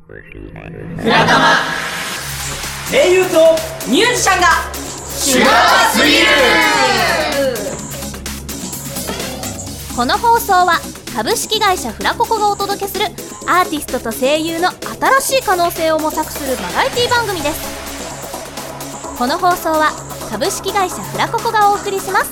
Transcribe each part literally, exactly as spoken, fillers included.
フラタマ声優とミュージシャンがシュガーすぎる。 この放送は株式会社フラココがお届けするアーティストと声優の新しい可能性を模索するバラエティ番組です。この放送は株式会社フラココがお送りします。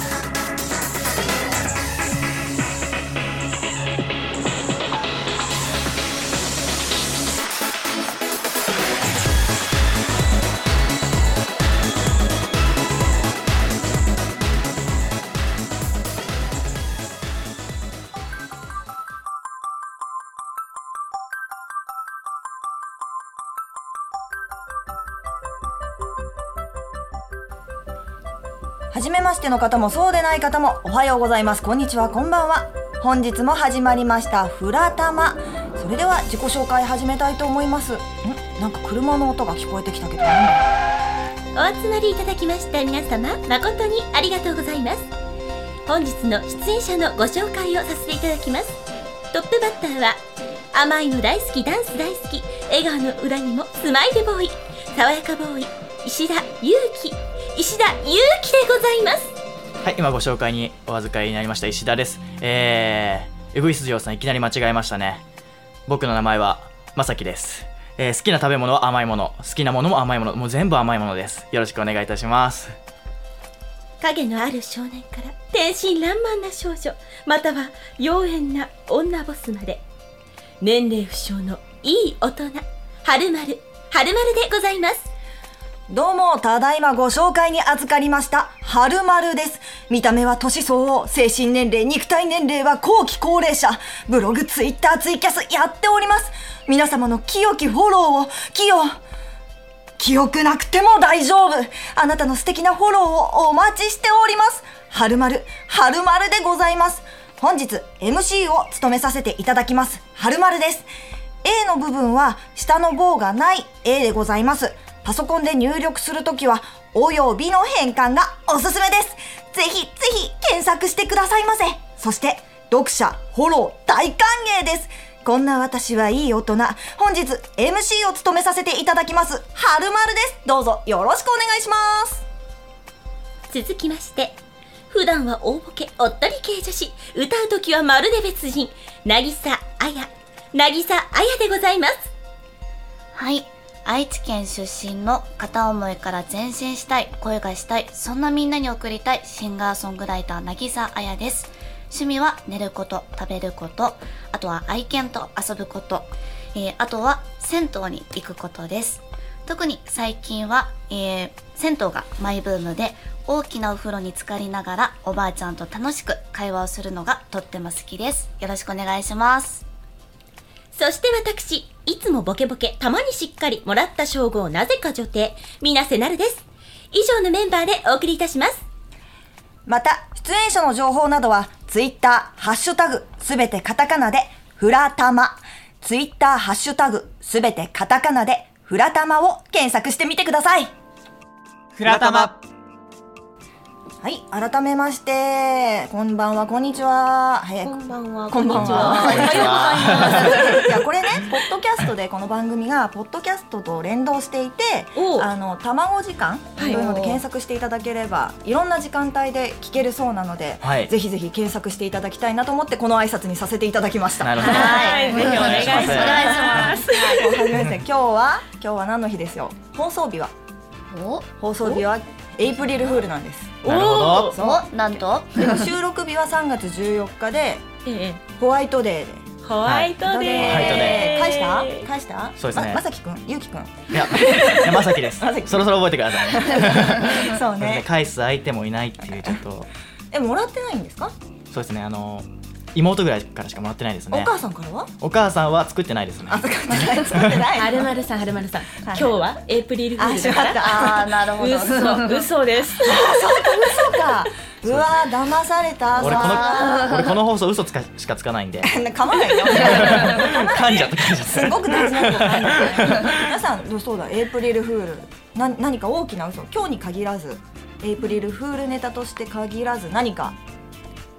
初めましての方もそうでない方もおはようございます、こんにちは、こんばんは。本日も始まりましたフラタマ。それでは自己紹介始めたいと思います。んなんか車の音が聞こえてきたけど、 お集まりいただきました皆様、誠にありがとうございます。本日の出演者のご紹介をさせていただきます。トップバッターは甘いの大好き、ダンス大好き、笑顔の裏にもスマイルボーイ、爽やかボーイ、石田裕樹石田裕樹でございます。 はい、今ご紹介にお預かりになりました石田です。えー、ウグイス嬢さんいきなり間違えましたね。僕の名前はまさきです。えー、好きな食べ物は甘いもの、好きなものも甘いもの、もう全部甘いものです。よろしくお願いいたします。 影のある少年から天真爛漫な少女、または妖艶な女ボスまで、年齢不詳のいい大人、はるまるはるまるでございます。 どうも、ただいまご紹介に預かりましたはるまるです。見た目は年相応、精神年齢、肉体年齢は後期高齢者。ブログ、ツイッター、ツイキャスやっております。皆様の清きフォローを、清記憶なくても大丈夫。あなたの素敵なフォローをお待ちしております。はるまるはるまるでございます。本日 エムシー を務めさせていただきますはるまるです。 A の部分は下の棒がない A でございます。パソコンで入力するときはおよびの変換がおすすめです。ぜひぜひ検索してくださいませ。そして読者フォロー大歓迎です。こんな私はいい大人。本日 エムシー を務めさせていただきますはるまるです。どうぞよろしくお願いします。 続きまして、普段は大ボケおっとり系女子、歌うときはまるで別人、渚彩渚彩でございます。 はい、愛知県出身の片思いから前進したい、恋がしたい、そんなみんなに送りたいシンガーソングライター渚彩です。趣味は寝ること、食べること、あとは愛犬と遊ぶこと、えー、あとは銭湯に行くことです。特に最近は、えー、銭湯がマイブームで、大きなお風呂に浸かりながらおばあちゃんと楽しく会話をするのがとっても好きです。よろしくお願いします。 そして私、いつもボケボケ、たまにしっかりもらった称号なぜか女帝、水瀬なるです。以上のメンバーでお送りいたします。 また出演者の情報などはツイッターハッシュタグすべてカタカナでフラタマ、ツイッターハッシュタグすべてカタカナでフラタマを検索してみてください。 フラタマ。 はい、改めましてこんばんは、こんにちは。 こんばんは、 こんばんは。おはようございます。いや、これね、ポッドキャストでこの番組がポッドキャストと連動していて、あの卵時間というので検索していただければ、いろんな時間帯で聞けるそうなので、はい、ぜひぜひ検索していただきたいなと思ってこの挨拶にさせていただきました。 なるほど。 はい、ぜひお願いします。お願いします。 はじめまして。今日は今日は何の日ですよ。放送日はお放送日はエイプリルフールなんです。 なるほど。 そうなんとでも収録日はさんがつじゅうよっかで、 ええ、 ホワイトデーで。 ホワイトデー。 ホワイトデー。返した返したそうですね。 まさきくん、ゆうきくん。 いや、いやまさきです。そろそろ覚えてくださいね。 そうね。 返す相手もいないっていうちょっと。 え、もらってないんですか？ そうですね。あの妹ぐらいからしかもらってないですね。 お母さんからは？ お母さんは作ってないですね。 あ、作ってない。作ってない。 はるまるさん、はるまるさん。今日はエイプリルフールだから。 ああ、なるほど。 嘘、嘘です。 そうか、嘘か。うわー、騙された。 俺この俺この放送嘘つかしかつかないんで。 噛まないよ。 噛んじゃった噛んじゃった。 すごく大事なことなんですよ。皆さん、そうだ、エイプリルフール。な何か大きな嘘。今日に限らず、エイプリルフールネタとして限らず何か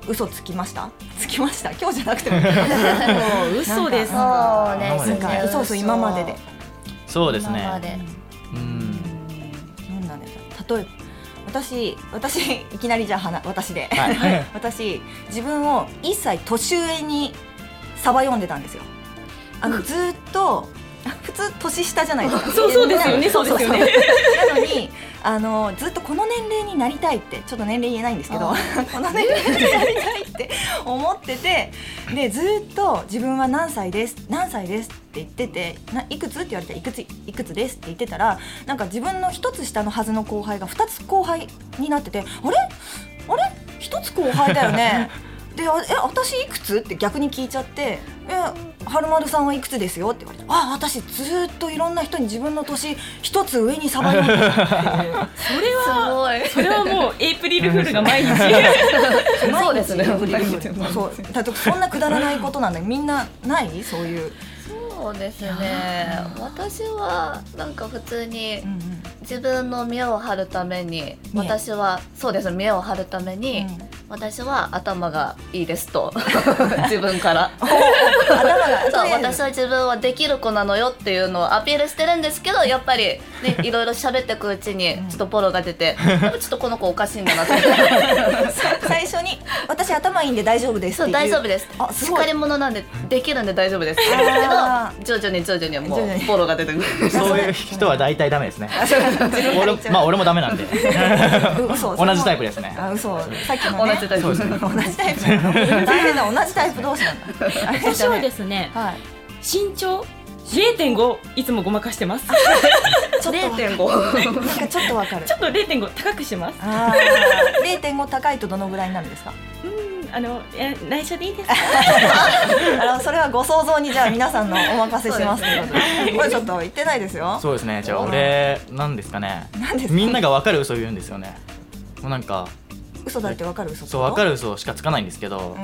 嘘つきましたつきました今日じゃなくてももう嘘です。 そうねなんかそうそう今まででそうですね今までうんなんだね例えば私私いきなりじゃあ話私で、 はい、 私自分をいっさい年上にサバ読んでたんですよ。あのずっと普通年下じゃないですか。 そうそうですよね。そうですよね。 なのにあのずっとこの年齢になりたいってちょっと年齢言えないんですけどこの年齢になりたいって思っててでずっと自分は何歳です何歳ですって言っててないくつって言われていくついくつですって言ってたらなんか自分の一つ下のはずの後輩が二つ後輩になっててあれあれ一つ後輩だよねでえ私いくつって逆に聞いちゃってえはるまるさんはいくつですよって言われてあ私ずっといろんな人に自分の年一つ上にサバ読んでたっていうそれはそれはもうエイプリルフールが毎日そうですねそうだってそんなくだらないことなんだみんなないそういうそうですね私はなんか普通に自分の見栄を張るために私はそうです見栄を張るために、うん、私は頭がいいですと自分から頭がそう私は自分はできる子なのよっていうのをアピールしてるんですけどやっぱり、ね、いろいろ喋っていくうちにちょっとボロが出て、うん、ちょっとこの子おかしいんだなって最初に私頭いいんで大丈夫ですっていうそう大丈夫ですあすごいしっかり者なんでできるんで大丈夫ですけど徐々に徐々にもうボロが出てくるそういう人は大体ダメですね俺, まあ、俺もダメなんで同じタイプですねあ嘘さっきの、ね、 同じタイプ同じタイプ大変だ同じタイプ同士なんだ私はですね、はい、身長 れいてんご いつもごまかしてますちょっと れいてんご なんかちょっとわかるちょっと れいてんご 高くしますあ れいてんご 高いとどのぐらいになるんですかうんあの内緒でいいですかあのそれはご想像にじゃあ皆さんのお任せしますけどこれちょっと言ってないですよそうですねじゃあ俺なんですかねみんながわかる嘘を言うんですよねもうなんか嘘だってわかる嘘そうわかる嘘しかつかないんですけど、うん、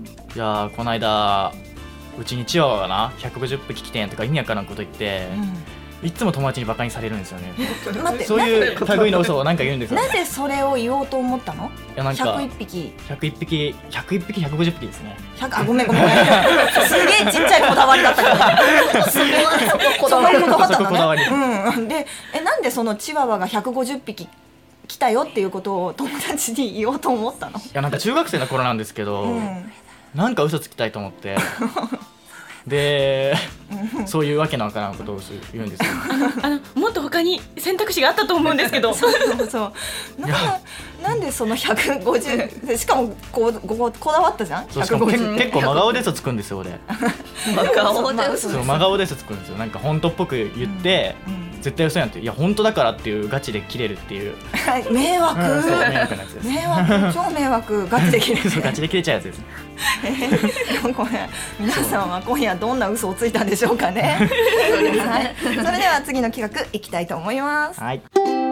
いやこの間うちにチワワがなひゃくごじゅっぴき来てんとか意味わからんこと言って、うん、いつも友達にバカにされるんですよね待ってそういう類の嘘をなんか言うんですよ、ね、 なぜそれを言おうと思ったのいやなんかひゃくいっぴきひゃくいっぴきひゃくいっぴきひゃくごじゅっぴきですねあごめんごめんすげえちっちゃいこだわりだったからそこはこだわりこだわったのね、うん、でえなんでそのチワワがひゃくごじゅっぴき来たよっていうことを友達に言おうと思ったのいやなんか中学生の頃なんですけど、うん、なんか嘘つきたいと思ってでそういうわけのわからんことを言うんですよあのもっと他に選択肢があったと思うんですけどそうそうそうなんかなんでそのひゃくごじゅうしかもこうこここだわったじゃんそうしかも結構真顔で嘘つくんですよ俺真顔で嘘そう真顔で嘘つくんですよなんか本当っぽく言って、うんうん絶対嘘やんっていや本当だからっていうガチで切れるっていう迷惑、うん、 そう迷惑なやつです迷惑超迷惑ガチで切れるそうガチで切れちゃうやつですねえー、これ皆さんは今夜どんな嘘をついたんでしょうかねはい、それでは次の企画いきたいと思います、 はい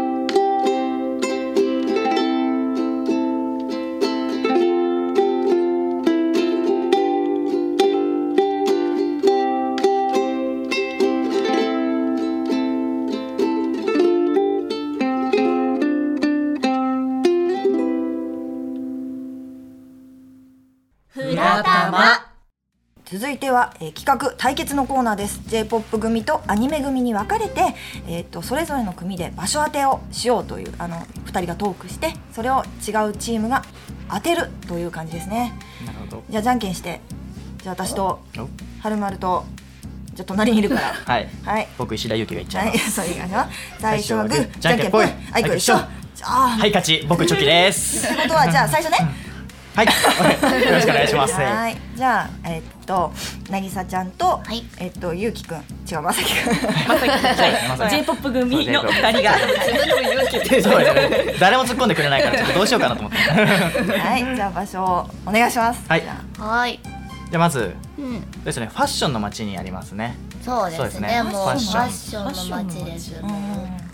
続いては、えー、企画対決のコーナーです。 J-ポップ 組とアニメ組に分かれて、えー、とそれぞれの組で場所当てをしようというあのふたりがトークしてそれを違うチームが当てるという感じですね。 なるほど。 じゃあじゃんけんしてじゃあ私とはるまるとじゃあ隣にいるからはい、はい、僕石田ゆきがいっちゃいます、 はい、そういう感じは最初はグーじゃんけんぽいはいこれ一緒はい勝ち僕チョキですということはじゃあ最初ねはい、よろしくお願いします。 はい、じゃあえー、っとなぎさちゃんと、 はい、 えー、っとゆうきくん違うまさきくんまさきくんはい J-ポップ 組のふたりが自分でもゆうきってそうね誰も突っ込んでくれないからちょっとどうしようかなと思ってはいじゃあ場所をお願いしますはいはいじゃあまず、うん、ですねファッションの街にありますねそうですね、 そうですねもうファッションの街です、うん、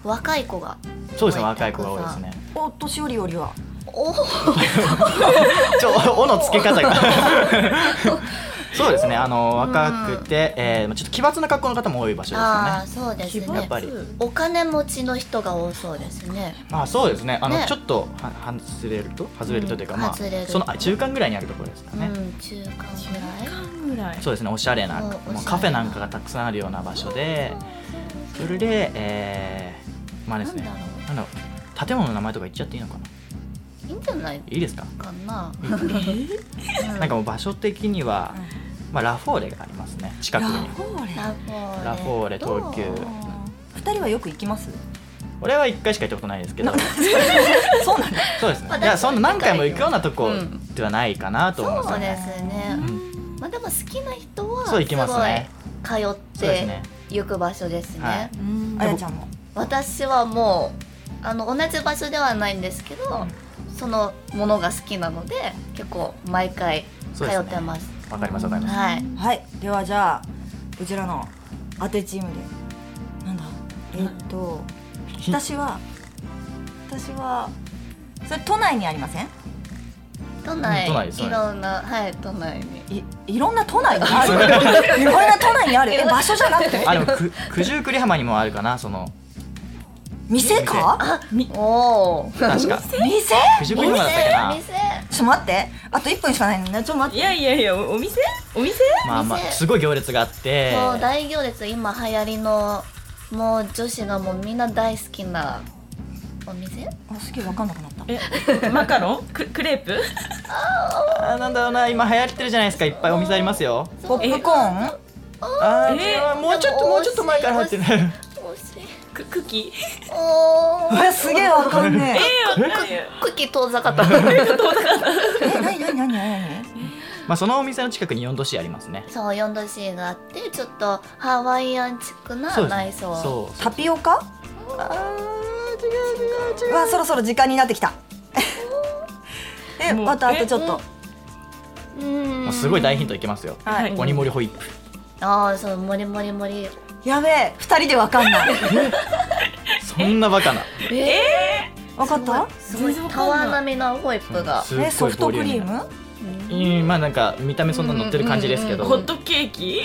若い子がそうですね若い子が多いですねお年寄りよりはおちょおの付け方がそうですね、あの若くて、えー、ちょっと奇抜な格好の方も多い場所ですよね。 ああそうですね、 やっぱりお金持ちの人が多そうですね。 あそうですね、あのねちょっとは外れると外れるとというか、まあ外れるそのあ中間ぐらいにあるところですかね。 うん中間ぐらいぐらいそうですね、おしゃれなうんもうおしゃれなカフェなんかがたくさんあるような場所で、それで、えー、まあですね、 なんだろうなんだろう、建物の名前とか言っちゃっていいのかな。 いいんじゃないいいですか。 かな。 なんかもう場所的には、まあ、ラフォーレがありますね、近くに。 ラフォーレラフォーレラフォーレ東急。 二人はよく行きます？ 俺はいっかいしか行ったことないですけど。 そうなんだ。 そうですね。 私いや、そんな何回も行くようなとこうんではないかなと思いますそうね。 ですね、 うんまあでも好きな人はそう行きますねすごい通っそうですてね行く場所ですね。 はいあやちゃんも。 私はもうあの同じ場所ではないんですけど、そのものが好きなので結構毎回通ってます。 わかりますわかります。 はい。 はい、ではじゃあうちらの当てチームでなんだえーっと私は私はそれ都内にありません？ 都内、 うん都内ですいろんなはい都内に。 いいろんな都内にあるいろんな都内にあるえ場所じゃなくてあでもく九十九里浜にもあるかな、その店か？ おお。 確か店？ 九十九里浜だったっけな。 店。 ちょっと待ってあといっぷんしかないのねちょっと待っていやいやいやお店お店まあまあ店すごい行列があって。 そう大行列、今流行りのもう女子がもうみんな大好きなお店。 あすげえ分かんなくなったえマカロンククレープあなんだろうな、今流行ってるじゃないですか、いっぱいお店ありますよ。 ポップコーン？ あーえ違うもうちょっともうちょっと前から入ってる。 惜しい。 ククッキーおーうわすげえ分かんねえー、わかんないよクッキー遠ざかった。 ええ何何何何まあそのお店の近くによん都市ありますね。 そうよん都市があってちょっとハワイアンチックなそうです内装。 そう。 タピオカ？うわそろそろ時間になってきたえもうまたあとちょっえとうーんもうすごい大ヒントいきますよ。 はい鬼盛りホイップ。 ああそうもりもりもり。 やべえ二人で分かんないそんんなバカな。 え分かった？ すごいタワー並みのホイップが。 すっごいえソフトクリーボム？ リューミーな。うんまあなんか見た目そんな乗ってる感じですけど。 ホットケーキ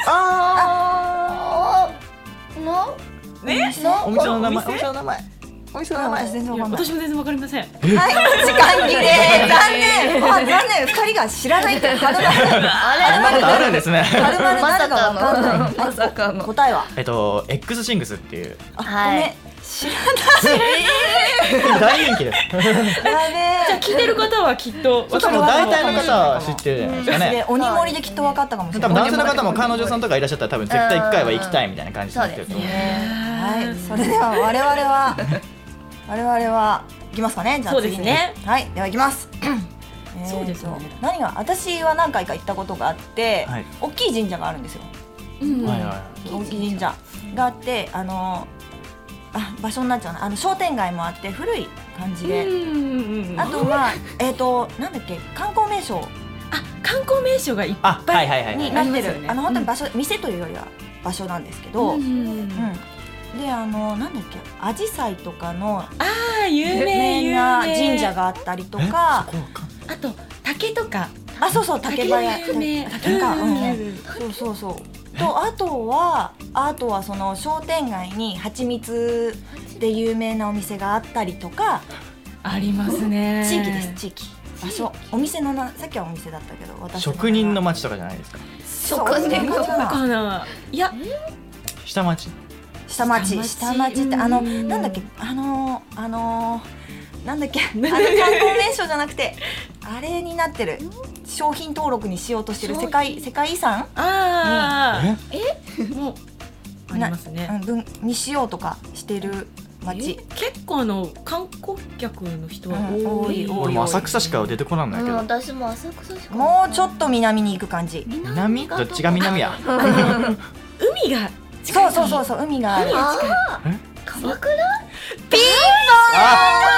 ああのねお店の名前。 お店お店の名前。お店の名あ前。 私全然分かんない私も全然わかりませんはい時間切れ残念あ残念二人が知らないってはるまるそんなことあるんですね。 はるまるまさ何か分かんないかのまさかの。 答えはえっと X シングスっていうあはいごめん知ら大人気です。 ないやべじゃあえ聞いてる方はきっと多分大体の方は知ってるじゃないですかでね。 鬼盛りできっと分かったかもしれない多分男性の方も彼女さんとかいらっしゃったら多分絶対一回は行きたいみたいな感じになってると思う。 はいそれでは我々は我々はいきますかねじゃあそう次にですねはいでは行きますえーとそうですね何が私は何回か行ったことがあってはい大きい神社があるんですようんはいは大きい神社があってあのあ場所になっちゃうなあの商店街もあって古い感じでうんあとはえっとなんだっけ観光名所あ観光名所がいっあぱはいいはいはいはい。 になってありますよねるあの本当に場所店というよりは場所なんですけどうんうんであのなんだっけアジサイとかのああ有有名有名な名神社があったりとかえそこわかんあと竹とかあそうそう竹林竹有名竹かうんうんうんそうそうそうとあとはあとはその商店街に蜂蜜で有名なお店があったりとかありますね地域です地域場所お店のなさっきはお店だったけど私職人の町とかじゃないですか。 職人のどうかないや下町。 下町下下町町ってあのうんなんだっけあのあのなんだっけあの観光名所じゃなくてあれになってる商品登録にしようとしてる世界世界遺産ああえもうありますねうん分にしようとかしてる町え結構あの観光客の人はうん多い多い俺も浅草しか出てこないんだうんけど。 私も浅草しか。 もうちょっと南に行く感じ南？どっちが南や。 海が近そいうそうそうそう海があるあー鎌倉？ あ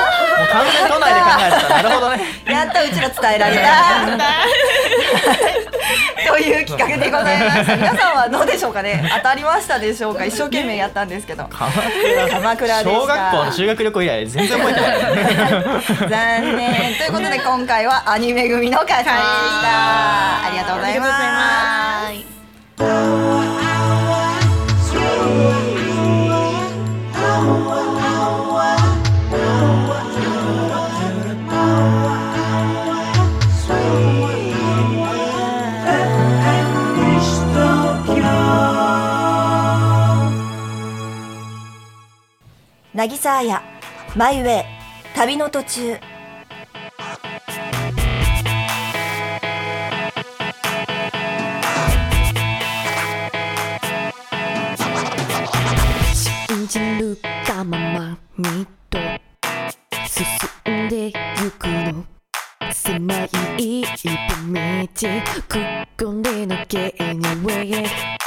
完全都内で考えてた。なるほどね。 やっとうちら伝えられたという企画でございます。皆さんはどうでしょうかね。当たりましたでしょうか。一生懸命やったんですけど、 鎌倉鎌倉でした。 小学校の修学旅行以来全然覚えてない残念ということで今回はアニメ組の勝ちでした。ありがとうございます。渚彩マイウェイ旅の途中。 信じるがままにと進んでゆくの。狭い一本道くっこんでのゲームウェイ。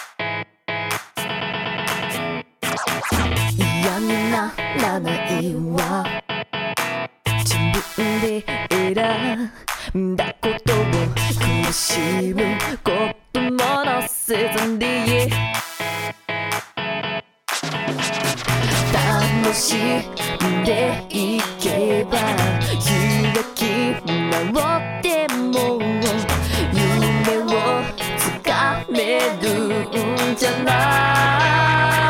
嫌にならないわ。自分で選んだことを苦しむこともなせずに楽しんでいけば勇気なっても夢をつかめるんじゃない。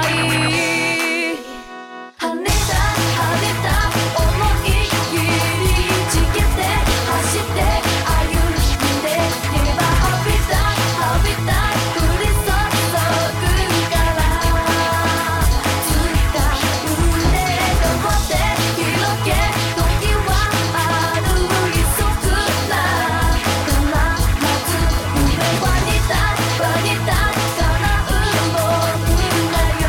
跳ねた跳ねた思いっきりちけて走って歩んでけばハビタハビタ降り注ぐから掴んで登って広げ時は歩いそくな必ず夢は似たは似た叶うもんだよ。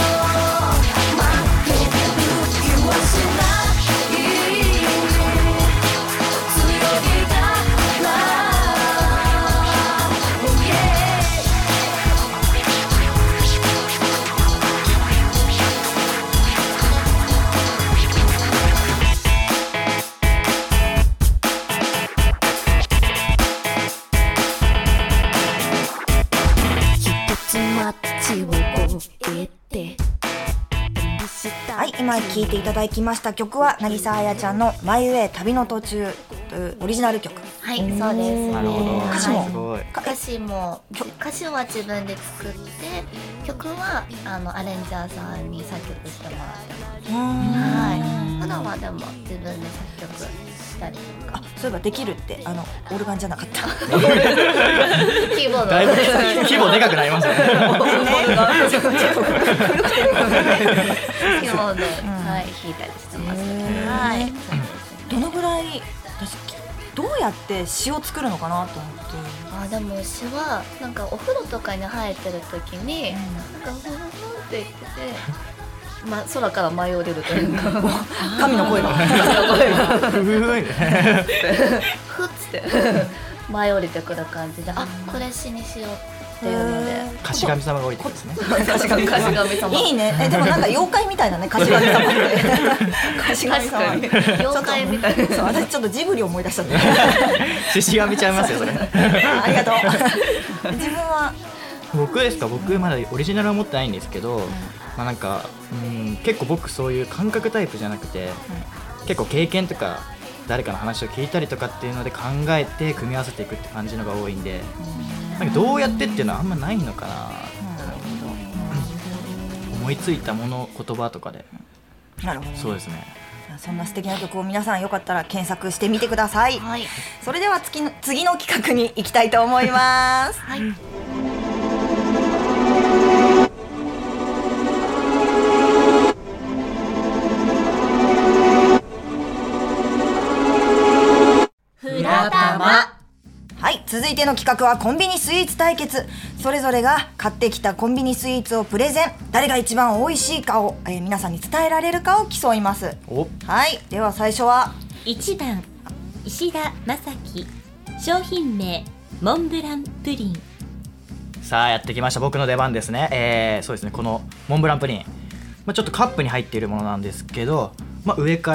負ける気はしない強いからoh yeah。一つ街を越えてはい、今聴いていただきました曲は渚彩ちゃんのマイウェイ旅の途中というオリジナル曲。 はい、そうです。 なるほど。 はいすごい。 歌詞も歌詞は自分で作って曲はあのアレンジャーさんに作曲してもらってます。はい。普段はでも自分で作曲したりとか。 あ、そういえばできるってあのオルガンじゃなかった。 キーボード。 だいぶ規模でかくなりますね。 キーボード、はい弾いたりしてます。はい。 どのぐらい私どうやって詩を作るのかなと思って。 あ、でも詩はなんかお風呂とかに入ってる時に、なんかふふふって言ってて、ま空から舞い降りるというか神の声が神の声がふふふふっつって舞い降りてくる感じで、あ、これ詩にしようっていうので。 貸神様が降りてくるんですね。 貸神様。 いいね。え、でもなんか妖怪みたいなね、貸神様って。貸神様。 妖怪みたいな。 そう、私ちょっとジブリ思い出しちゃって。 獅子が見ちゃいますよそれ。 ありがとう。自分は僕ですか。僕まだオリジナルは持ってないんですけど、まあなんかうん結構僕そういう感覚タイプじゃなくて、結構経験とか誰かの話を聞いたりとかっていうので考えて組み合わせていくって感じのが多いんで、なんかどうやってっていうのはあんまないのかな。思いついたもの言葉とかで。 なるほど。 そうですね。 そんな素敵な曲を皆さんよかったら検索してみてください。 はい。 それでは次の次の企画に行きたいと思います。 はい。 フラタマ。 はい、続いての企画はコンビニスイーツ対決。それぞれが買ってきたコンビニスイーツをプレゼン。誰が一番美味しいかを、えー、皆さんに伝えられるかを競います。 おはい、では最初はいちばん石田正樹、商品名モンブランプリン。 さあやってきました。僕の出番ですね。えー、そうですね。このモンブランプリン、まあ、ちょっとカップに入っているものなんですけど、まあ、上から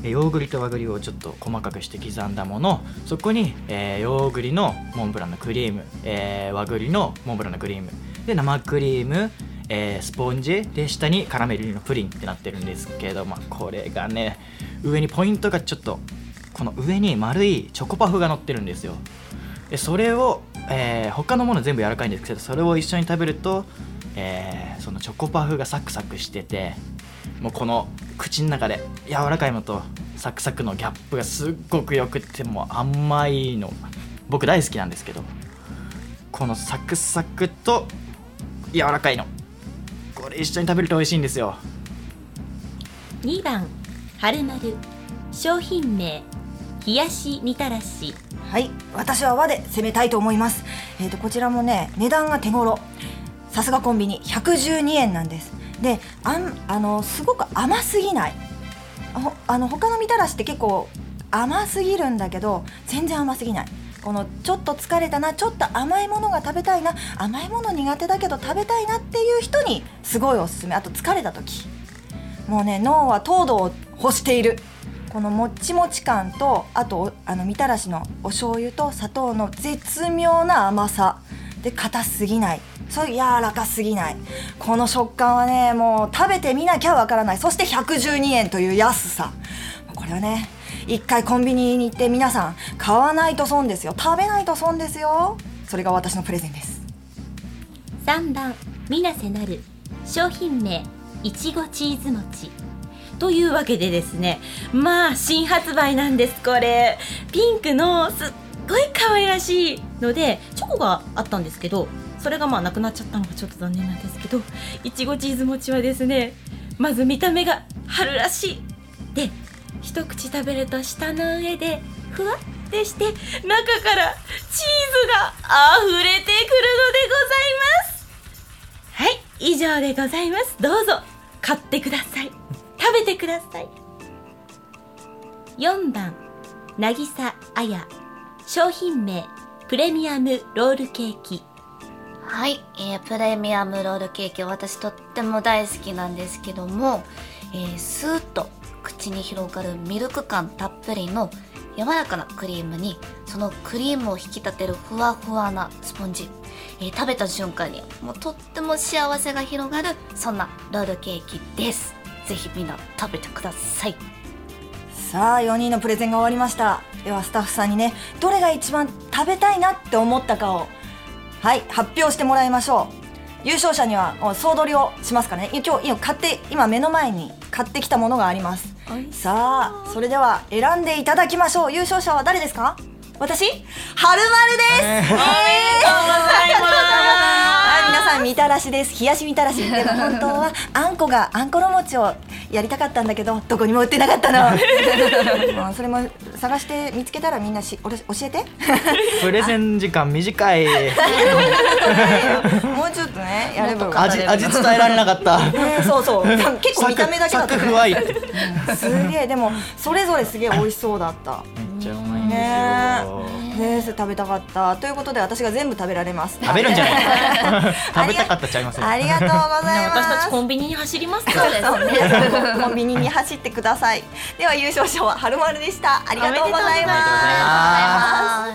ヨーグルと和栗をちょっと細かくして刻んだもの、そこに、えー、ヨーグルのモンブランのクリーム、えー、和栗のモンブランのクリームで生クリーム、えー、スポンジで下にカラメル入りのプリンってなってるんですけど、まあ、これがね上にポイントがちょっとこの上に丸いチョコパフが乗ってるんですよ。でそれを、えー、他のもの全部柔らかいんですけど、それを一緒に食べると、えー、そのチョコパフがサクサクしてて、もうこの口の中で柔らかいのとサクサクのギャップがすっごくよくて、もう甘いの僕大好きなんですけど、このサクサクと柔らかいのこれ一緒に食べると美味しいんですよ。 にばんはるまる、商品名冷やしみたらし。 はい、私は和で攻めたいと思います。えーとこちらもね値段が手頃、さすがコンビニひゃくじゅうにえんなんです。であんあのすごく甘すぎない、ああの他のみたらしって結構甘すぎるんだけど全然甘すぎない。このちょっと疲れたな、ちょっと甘いものが食べたいな、甘いもの苦手だけど食べたいなっていう人にすごいおすすめ。あと疲れた時、もうね脳は糖度を欲している。このもっちもち感と、あとあのみたらしのお醤油と砂糖の絶妙な甘さで、硬すぎない、そういう柔らかすぎない、この食感はねもう食べてみなきゃわからない。そしてひゃくじゅうにえんという安さ、これはね一回コンビニに行って皆さん買わないと損ですよ、食べないと損ですよ。それが私のプレゼンです。 さんばんみなせなる、商品名いちごチーズ餅。というわけでですね、まあ新発売なんです。これピンクのすっごい可愛らしいのでチョコがあったんですけど、それがまあなくなっちゃったのがちょっと残念なんですけど、いちごチーズ餅はですね、まず見た目が春らしいで、一口食べると舌の上でふわってして中からチーズがあふれてくるのでございます。はい、以上でございます。どうぞ買ってください、食べてください。よんばん渚彩、商品名プレミアムロールケーキ。 はい、えー、プレミアムロールケーキ、私とっても大好きなんですけども、えー、スーッと口に広がるミルク感たっぷりの柔らかなクリームに、そのクリームを引き立てるふわふわなスポンジ、えー、食べた瞬間にもうとっても幸せが広がる、そんなロールケーキです。ぜひみんな食べてください。 さあよにんのプレゼンが終わりました。ではスタッフさんにねどれが一番食べたいなって思ったかをはい発表してもらいましょう。優勝者には総取りをしますからね。今日今買って今目の前に買ってきたものがあります。さあそれでは選んでいただきましょう。優勝者は誰ですか？私はるまるです、えー、おめでとうございます。皆さんみたらしです。冷やしみたらしでも本当はあんこがあんころ餅をやりたかったんだけどどこにも売ってなかったのもうそれも探して見つけたらみんなし俺教えてプレゼン時間短いもうちょっとねやれば味味伝えられなかった、 ね、そうそう結構見た目だけだった、ね、 サクふわいってすげえでもそれぞれすげえ美味しそうだった。 めっちゃうまいんですよねね食べたかったということで私が全部食べられます。 食べるんじゃない食べたかったちゃいます。 ありがとうございます。 私たちコンビニに走りますか。 そうですねコンビニに走ってください。では優勝者ははるまるでした。ありがとうございます。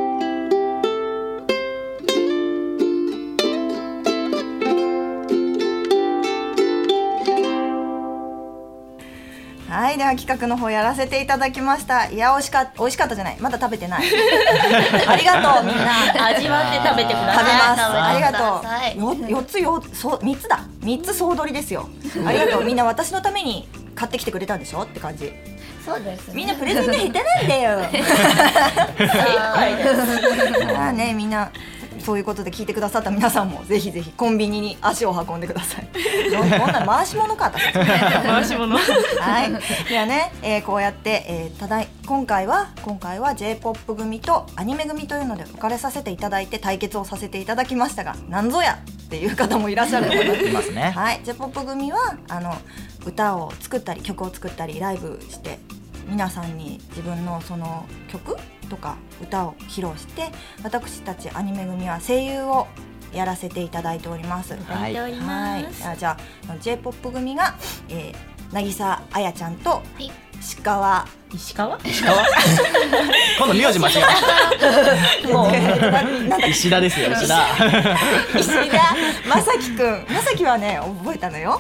はい、では企画の方やらせていただきました。いや美味しかった美味しかったじゃないまだ食べてないありがとうみんな味わって食べてください。 食べます。ありがとう。よよっつよそうみっつだみっつ総取りですよ。ありがとう。みんな私のために買ってきてくれたんでしょって感じ。 そうですね。 みんなプレゼンが下手なんだよまあねみんなそういうことで聞いてくださった皆さんもぜひぜひコンビニに足を運んでくださいこんな回し物か私回し物はいではね、えー、こうやって、えー、ただい今回は今回は J-ポップ 組とアニメ組というので分かれさせていただいて対決をさせていただきましたがなんぞやっていう方もいらっしゃると思いますいますね。 はい J-ポップ 組はあの歌を作ったり曲を作ったりライブして皆さんに自分のその曲とか歌を披露して、私たちアニメ組は声優をやらせていただいております。 はい、はい、 じゃあ J-ポップ 組が、えー、渚彩ちゃんと、 はい、 石川石川石川今度名字間違えましたもうなんだ石田ですよ石田石田正樹くん正樹はね覚えたのよ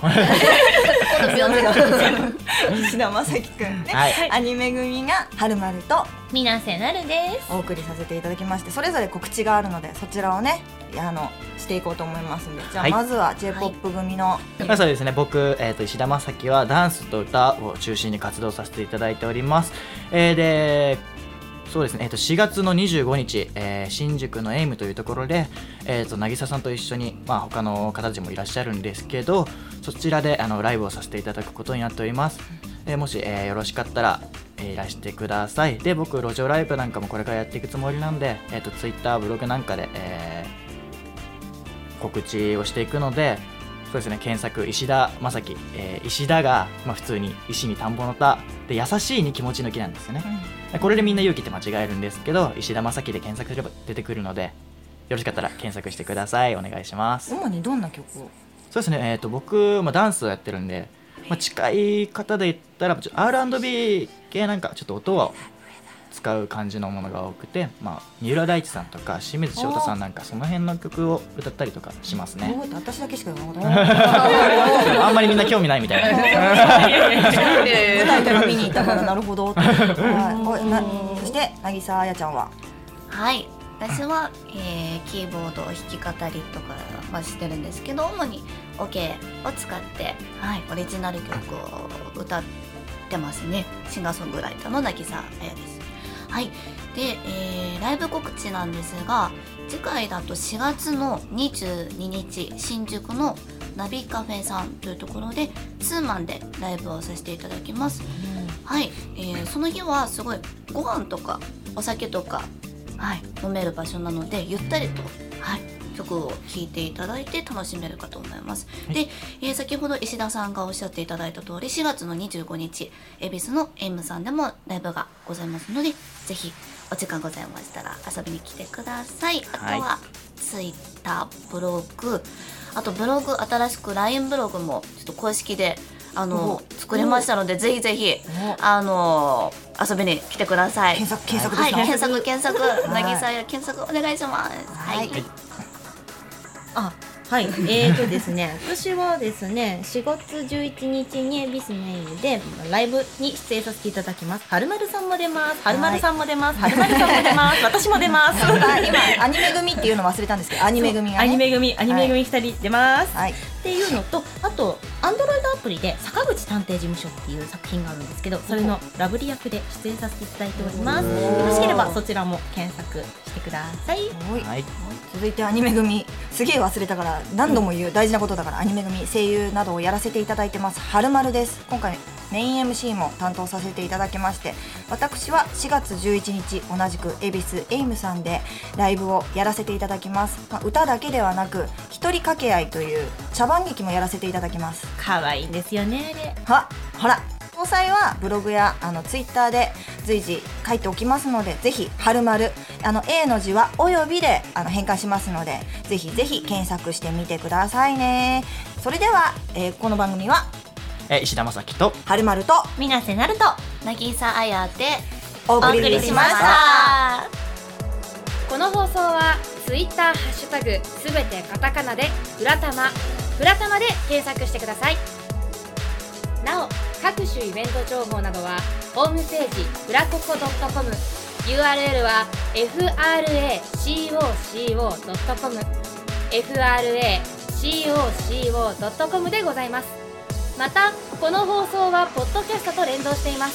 石田正樹くんね、 はい、 アニメ組がはるまると水瀬なるですお送りさせていただきまして、それぞれ告知があるのでそちらをねあのしていこうと思いますので、じゃあまずは ジェイポップ 組の、 まあそうですね、僕、えー、と石田正樹はダンスと歌を中心に活動させていただいております。えー、でそうですね、えー、としがつのにじゅうごにち、えー、新宿のエイムというところで、えー、と渚さんと一緒に、まあ、他の方たちもいらっしゃるんですけど、そちらであのライブをさせていただくことになっております。えー、もし、えー、よろしかったら、えー、いらしてください。で、僕路上ライブなんかもこれからやっていくつもりなんで、えー、と Twitter ブログなんかで、えー、告知をしていくので、そうですね、検索石田正樹、えー、石田が、まあ、普通に石に田んぼの田で優しいに気持ちの木なんですよね、うん、これでみんな勇気って間違えるんですけど、石田正樹で検索すれば出てくるので、よろしかったら検索してください。お願いします。 主にどんな曲を？ そうですね、えー、と僕、まあ、ダンスをやってるんで、まあ、近い方で言ったら アールアンドビー 系なんかちょっと音を使う感じのものが多くて、まあ、三浦大知さんとか清水翔太さんなんかその辺の曲を歌ったりとかしますね。 私だけしか言わないあんまりみんな興味ないみたいな舞台から見に行ったからなるほどはい、そして渚彩ちゃんは？ はい、私は、えー、キーボード弾き語りとか、まあ、してるんですけど、主にオケを使って、はい、オリジナル曲を歌ってますね。シンガーソングライターの渚彩です。はい、で、えー、ライブ告知なんですが、次回だとしがつのにじゅうににち新宿のナビカフェさんというところでツーマンでライブをさせていただきます、うん、はい、えー、その日はすごいご飯とかお酒とか、はい、飲める場所なのでゆったりと、はい、曲を聴いていただいて楽しめるかと思います、はい、で、えー、先ほど石田さんがおっしゃっていただいた通りしがつのにじゅうごにち恵比寿のエムさんでもライブがございますので、ぜひお時間ございましたら遊びに来てください。あとは、はい、ツイッター、ブログ、あとブログ、新しく ライン ブログもちょっと公式であの作れましたので、ぜひぜひあの遊びに来てください。 検索検索ですね。 はい、検索検索渚や検索お願いします。はい。はい、 あ、はい、えーとですね、私はですね、しがつじゅういちにちに恵比寿のエイムでライブに出演させていただきます。はるまるさんも出ます。はるまるさんも出ます。はるまるさんも出ます。私も出ます。 今アニメ組っていうの忘れたんですけど、アニメ組がね。 アニメ組、アニメ組ふたり出ます。 はい。 っていうのと、あとアンドロイドアプリで坂口探偵事務所っていう作品があるんですけど、それのラブリ役で出演させていただいております。よろしければそちらも検索してください。 はい。 続いてアニメ組、すげえ忘れたから何度も言う大事なことだから、アニメ組声優などをやらせていただいてますはるまるです。今回メイン エムシー も担当させていただきまして、私はしがつじゅういちにち同じく恵比寿エイムさんでライブをやらせていただきます、まあ、歌だけではなく一人掛け合いという茶番劇もやらせていただきます。 可愛いんですよね、あれ。 はほら、詳細はブログやあのツイッターで随時書いておきますので、ぜひはるまる、あの A の字はおよびであの変換しますので、ぜひぜひ検索してみてくださいね。それでは、えー、この番組はえ石田正樹とはるまると水瀬なると渚彩でお送お送りしましりしましたた。 この放送はツイッターハッシュタグすべてカタカナでフラタマフラタマで検索してください。なお各種イベント情報などはホームページフラココ .com、 ユーアールエル は エフアールエーシーオーシーオードットコム エフアールエーシーオーシーオードットコム でございます。またこの放送はポッドキャストと連動しています。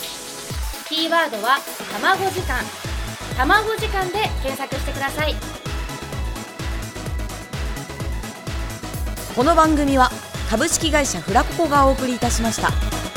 キーワードはたまご時間、たまご時間で検索してください。 この番組は株式会社フラココがお送りいたしました。